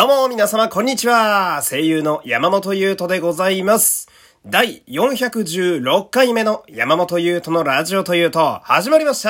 どうも皆様こんにちは。声優の山本優斗でございます。第416回目の山本優斗のラジオというと始まりました。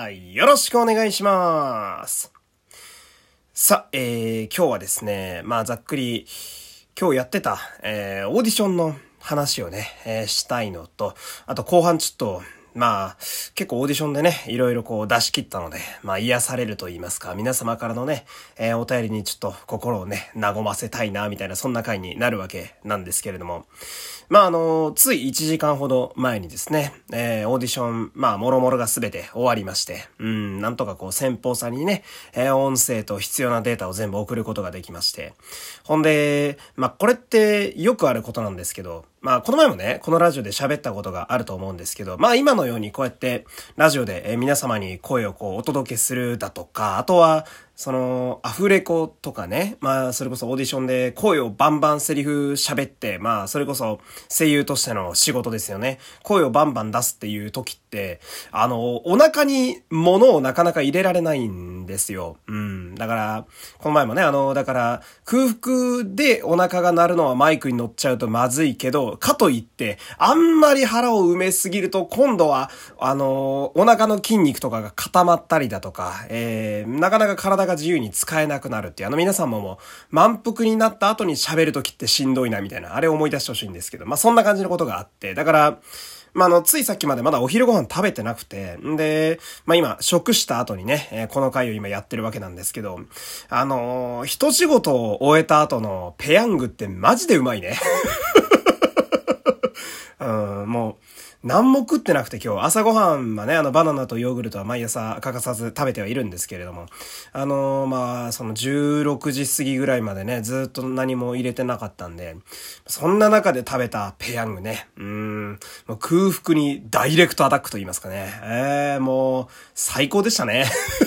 よろしくお願いします。さあ、今日はですね、ざっくり今日やってた、オーディションの話をね、したいのと、あと後半ちょっと結構オーディションでね、いろいろ出し切ったので、癒されると言いますか、皆様からのね、お便りにちょっと心をね、和ませたいな、みたいな、そんな回になるわけなんですけれども。つい1時間ほど前にですね、オーディション、もろもろがすべて終わりまして、なんとか先方さんにね、音声と必要なデータを全部送ることができまして。ほんで、これってよくあることなんですけど、この前もね、このラジオで喋ったことがあると思うんですけど、今のようにこうやってラジオで皆様に声をお届けするだとか、あとは、アフレコとかね、それこそオーディションで声をバンバンセリフ喋って、それこそ声優としての仕事ですよね。声をバンバン出すっていう時って、お腹に物をなかなか入れられないんですよ。だから、この前もね、だから、空腹でお腹が鳴るのはマイクに乗っちゃうとまずいけど、かといって、あんまり腹を埋めすぎると、今度は、お腹の筋肉とかが固まったりだとか、なかなか体が自由に使えなくなるっていう、皆さんも満腹になった後に喋るときってしんどいなみたいな、あれを思い出してほしいんですけど、そんな感じのことがあって、だから、ついさっきまでまだお昼ご飯食べてなくて、で、今、食した後にね、この回を今やってるわけなんですけど、一仕事を終えた後のペヤングってマジでうまいね。もう、何も食ってなくて今日、朝ごはんはね、バナナとヨーグルトは毎朝欠かさず食べてはいるんですけれども、その16時過ぎぐらいまでね、ずっと何も入れてなかったんで、そんな中で食べたペヤングね、もう空腹にダイレクトアタックと言いますかね。もう、最高でしたね。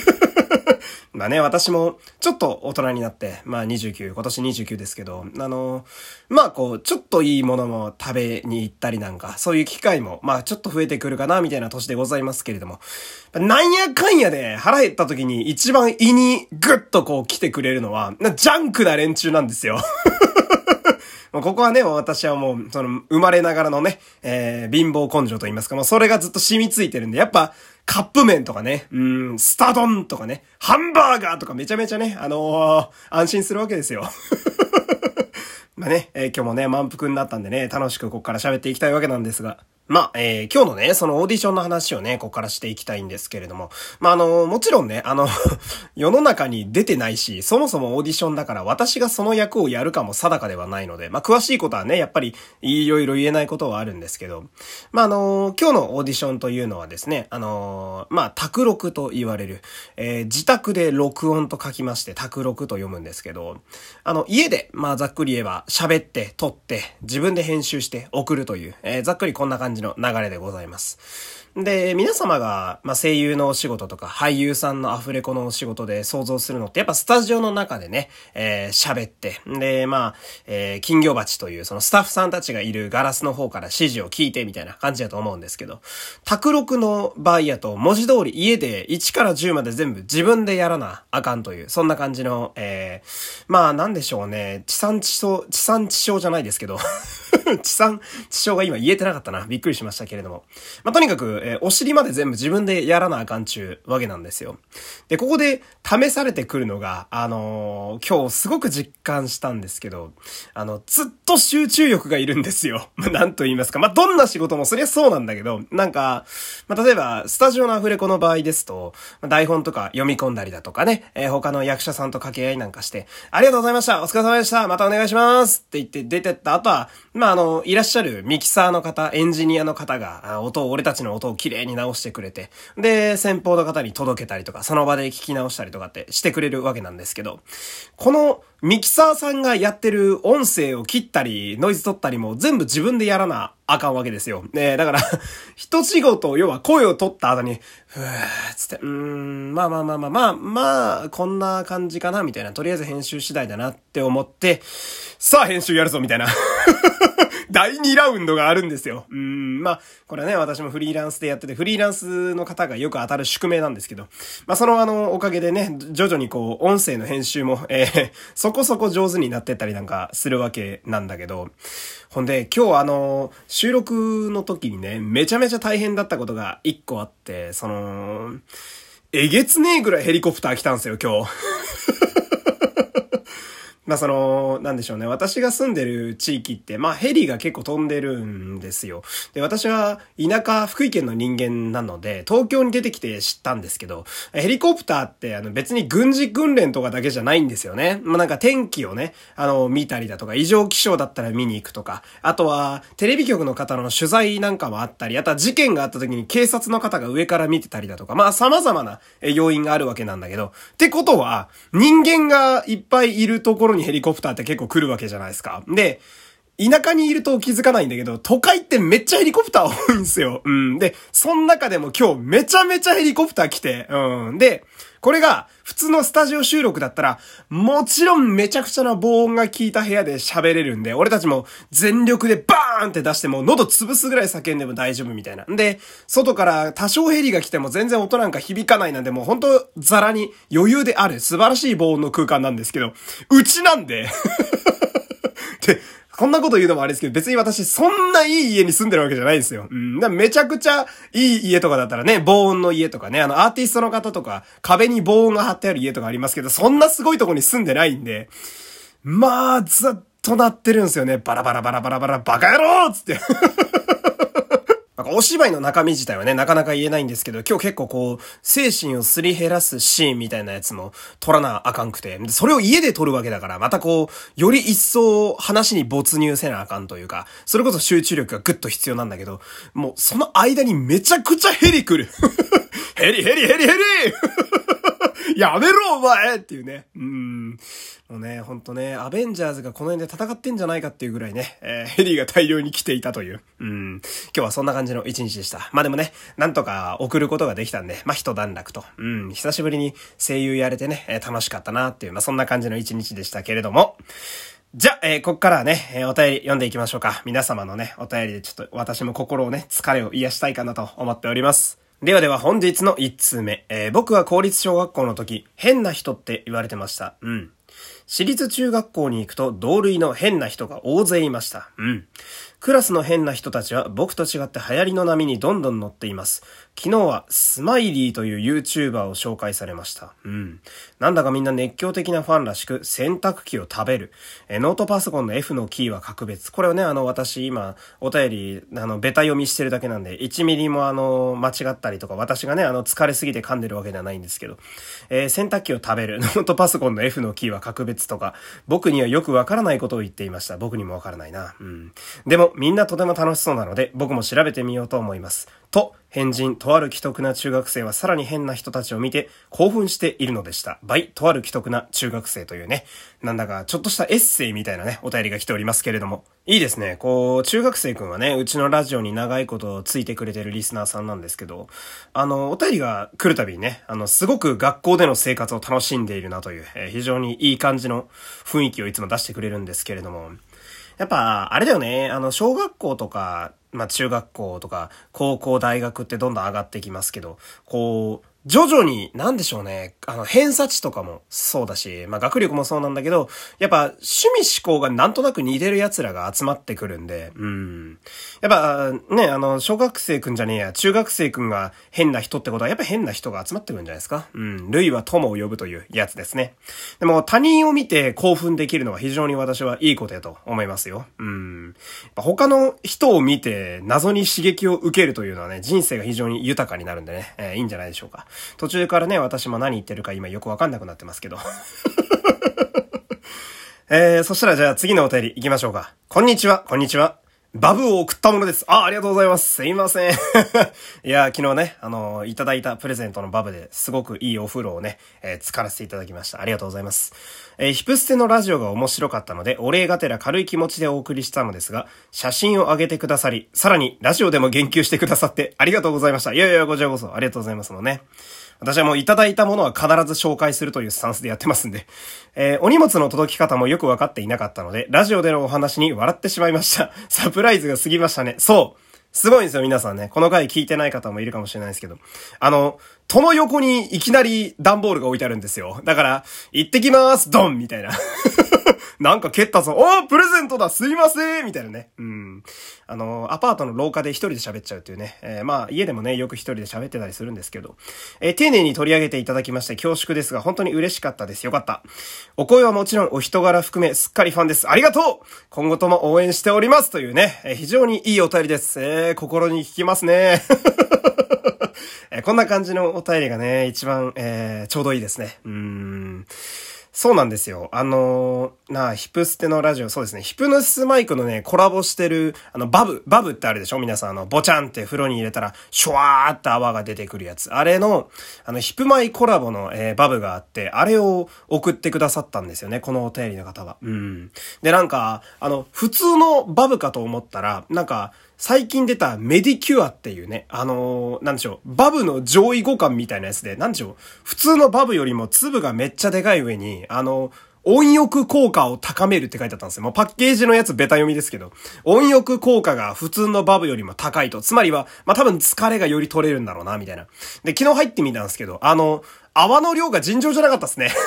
私も、ちょっと大人になって、29、今年29ですけど、ちょっといいものも食べに行ったりなんか、そういう機会も、ちょっと増えてくるかな、みたいな年でございますけれども、なんやかんやで腹減った時に一番胃にグッと来てくれるのは、ジャンクな連中なんですよ。ここはね、私はもう、生まれながらのね、貧乏根性と言いますか、それがずっと染みついてるんで、やっぱ、カップ麺とかね、スタ丼とかね、ハンバーガーとかめちゃめちゃね、安心するわけですよ。今日もね、満腹になったんでね、楽しくここから喋っていきたいわけなんですが、今日のね、そのオーディションの話をね、ここからしていきたいんですけれども、もちろんね、世の中に出てないし、そもそもオーディションだから私がその役をやるかも定かではないので、詳しいことはね、やっぱりいろいろ言えないことはあるんですけど、今日のオーディションというのはですね、宅録と言われる、自宅で録音と書きまして、宅録と読むんですけど、家で、ざっくり言えば喋って、撮って、自分で編集して送るという、ざっくりこんな感じの流れでございます。で、皆様が、声優のお仕事とか、俳優さんのアフレコのお仕事で想像するのって、やっぱスタジオの中でね、喋って、で、金魚鉢という、そのスタッフさんたちがいるガラスの方から指示を聞いてみたいな感じだと思うんですけど、宅録の場合やと、文字通り家で1から10まで全部自分でやらなあかんという、そんな感じの、なんでしょうね、地産地消じゃないですけど、地産地消が今言えてなかったな。びっくりしましたけれども。とにかく、お尻まで全部自分でやらなあかんちゅうわけなんですよ。で、ここで試されてくるのが、今日すごく実感したんですけど、ずっと集中力がいるんですよ。なんと言いますか。どんな仕事もそりゃそうなんだけど、例えば、スタジオのアフレコの場合ですと、台本とか読み込んだりだとかね、他の役者さんと掛け合いなんかして、ありがとうございました。お疲れ様でした。またお願いしますって言って出てった後は、いらっしゃるミキサーの方、エンジニアの方が、俺たちの音を綺麗に直してくれて、で、先方の方に届けたりとか、その場で聞き直したりとかってしてくれるわけなんですけど、このミキサーさんがやってる音声を切ったり、ノイズ取ったりも全部自分でやらなあかんわけですよ。だから、一仕事、要は声を取った後に、ふーっつって、こんな感じかな、みたいな。とりあえず編集次第だなって思って、さあ編集やるぞ、みたいな。 第2ラウンドがあるんですよ。まあ、これはね、私もフリーランスでやってて、フリーランスの方がよく当たる宿命なんですけど、まあ、そのおかげでね、徐々にこう、音声の編集も、そこそこ上手になってったりなんかするわけなんだけど、ほんで、今日収録の時にね、めちゃめちゃ大変だったことが一個あって、えげつねえぐらいヘリコプター来たんですよ、今日。まあなんでしょうね。私が住んでる地域って、まあヘリが結構飛んでるんですよ。で、私は田舎、福井県の人間なので、東京に出てきて知ったんですけど、ヘリコプターって別に軍事訓練とかだけじゃないんですよね。まあなんか天気をね、見たりだとか、異常気象だったら見に行くとか、あとはテレビ局の方の取材なんかもあったり、あとは事件があった時に警察の方が上から見てたりだとか、まあ様々な要因があるわけなんだけど、ってことは、人間がいっぱいいるところにヘリコプターって結構来るわけじゃないですか。で、田舎にいると気づかないんだけど、都会ってめっちゃヘリコプター多いんですよ。で、その中でも今日めちゃめちゃヘリコプター来て、で、これが普通のスタジオ収録だったら、もちろんめちゃくちゃな防音が効いた部屋で喋れるんで、俺たちも全力でバーンって出しても喉潰すぐらい叫んでも大丈夫みたいな。で、外から多少ヘリが来ても全然音なんか響かないなんで、もう本当ザラに余裕である素晴らしい防音の空間なんですけど、うちなんで、で、こんなこと言うのもあれですけど、別に私そんないい家に住んでるわけじゃないんですよ。だからめちゃくちゃいい家とかだったらね、防音の家とかね、アーティストの方とか、壁に防音が張ってある家とかありますけど、そんなすごいとこに住んでないんで、まあ、ずっと鳴ってるんですよね。バラバラバラバラバラ、バカ野郎つって。なんかお芝居の中身自体はね、なかなか言えないんですけど、今日結構こう、精神をすり減らすシーンみたいなやつも撮らなあかんくて、それを家で撮るわけだから、またこう、より一層話に没入せなあかんというか、それこそ集中力がぐっと必要なんだけど、もうその間にめちゃくちゃヘリ来る。ヘリヘリヘリヘリやめろお前っていうね。もうね、ほんとね、アベンジャーズがこの辺で戦ってんじゃないかっていうぐらいね、ヘリが大量に来ていたという。今日はそんな感じの一日でした。まあでもね、なんとか送ることができたんで、まあ一段落と。久しぶりに声優やれてね、楽しかったなっていう、まあそんな感じの一日でしたけれども。じゃあ、こっからはね、お便り読んでいきましょうか。皆様のね、お便りでちょっと私も心をね、疲れを癒したいかなと思っております。では本日の一通目。僕は公立小学校の時、変な人って言われてました。私立中学校に行くと同類の変な人が大勢いました。クラスの変な人たちは僕と違って流行りの波にどんどん乗っています。昨日はスマイリーという YouTuber を紹介されました。なんだかみんな熱狂的なファンらしく、洗濯機を食べる。ノートパソコンの F のキーは格別。これをね、私今、お便り、ベタ読みしてるだけなんで、1ミリも間違ったりとか、私がね、疲れすぎて噛んでるわけではないんですけど、洗濯機を食べる。ノートパソコンの F のキーは格別とか、僕にはよくわからないことを言っていました。僕にもわからないな。でも、みんなとても楽しそうなので、僕も調べてみようと思います。と、変人、とある既得な中学生はさらに変な人たちを見て興奮しているのでした。by、とある既得な中学生というね、なんだかちょっとしたエッセイみたいなね、お便りが来ておりますけれども。いいですね。こう、中学生くんはね、うちのラジオに長いことついてくれてるリスナーさんなんですけど、お便りが来るたびにね、すごく学校での生活を楽しんでいるなという、非常にいい感じの雰囲気をいつも出してくれるんですけれども、やっぱ、あれだよね、小学校とか、まあ中学校とか高校大学ってどんどん上がってきますけど、こう徐々になんでしょうね、偏差値とかもそうだし、まあ学力もそうなんだけど、やっぱ趣味思考がなんとなく似てる奴らが集まってくるんで、やっぱね、小学生くんじゃねえや、中学生くんが変な人ってことはやっぱ変な人が集まってくるんじゃないですか。類は友を呼ぶというやつですね。でも他人を見て興奮できるのは非常に私はいいことやと思いますよ。やっぱ他の人を見て謎に刺激を受けるというのはね、人生が非常に豊かになるんでね、いいんじゃないでしょうか。途中からね、私も何言ってるか今よくわかんなくなってますけど。そしたらじゃあ次のお便り行きましょうか。こんにちは、こんにちは。バブを送ったものです。ありがとうございます。すいません。いや、昨日ね、いただいたプレゼントのバブですごくいいお風呂をね、浸からせていただきました。ありがとうございます。ヒプステのラジオが面白かったので、お礼がてら軽い気持ちでお送りしたのですが、写真を上げてくださり、さらにラジオでも言及してくださってありがとうございました。いやいや、こちらこそありがとうございますもんね。 私はもういただいたものは必ず紹介するというスタンスでやってますんで。お荷物の届き方もよくわかっていなかったので、ラジオでのお話に笑ってしまいました。サプライズが過ぎましたね。そう。すごいんですよ、皆さんね。この回聞いてない方もいるかもしれないですけど。戸の横にいきなり段ボールが置いてあるんですよ。だから、行ってきまーす、ドンみたいな。なんか蹴ったぞ。おープレゼントだすいませんみたいなね。アパートの廊下で一人で喋っちゃうっていうね。まあ、家でもね、よく一人で喋ってたりするんですけど。丁寧に取り上げていただきまして恐縮ですが、本当に嬉しかったです。よかった。お声はもちろんお人柄含め、すっかりファンです。ありがとう今後とも応援しておりますというね、非常にいいお便りです。心に聞きますね。こんな感じのお便りがね、一番、ちょうどいいですね。そうなんですよ。ヒプステのラジオ、そうですね。ヒプノシスマイクのね、コラボしてる、バブってあるでしょ皆さん、ボチャンって風呂に入れたら、シュワーって泡が出てくるやつ。あれの、ヒプマイコラボの、バブがあって、あれを送ってくださったんですよね。このお便りの方は。で、なんか、普通のバブかと思ったら、なんか、最近出たメディキュアっていうね、なんでしょう、バブの上位互換みたいなやつで、なんでしょう、普通のバブよりも粒がめっちゃでかい上に、温浴効果を高めるって書いてあったんですよ。もうパッケージのやつベタ読みですけど、温浴効果が普通のバブよりも高いと。つまりは、多分疲れがより取れるんだろうな、みたいな。で、昨日入ってみたんですけど、泡の量が尋常じゃなかったですね。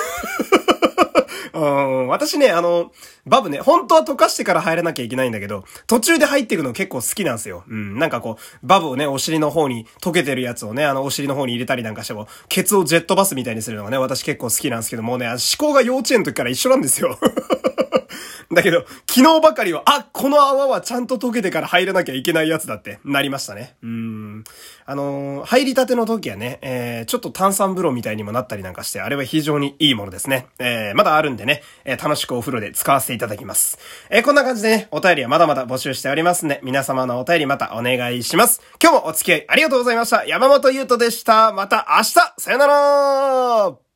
私ね、バブね、本当は溶かしてから入らなきゃいけないんだけど、途中で入っていくの結構好きなんですよ。なんかこう、バブをね、お尻の方に、溶けてるやつをね、お尻の方に入れたりなんかしても、ケツをジェットバスみたいにするのがね、私結構好きなんですけどもうね、思考が幼稚園の時から一緒なんですよ。だけど、昨日ばかりは、この泡はちゃんと溶けてから入らなきゃいけないやつだってなりましたね。入りたての時はね、ちょっと炭酸風呂みたいにもなったりなんかして、あれは非常にいいものですね。まだあるんでね、楽しくお風呂で使わせていただきます。こんな感じでね、お便りはまだまだ募集しておりますんで、皆様のお便りまたお願いします。今日もお付き合いありがとうございました。山本優斗でした。また明日さよなら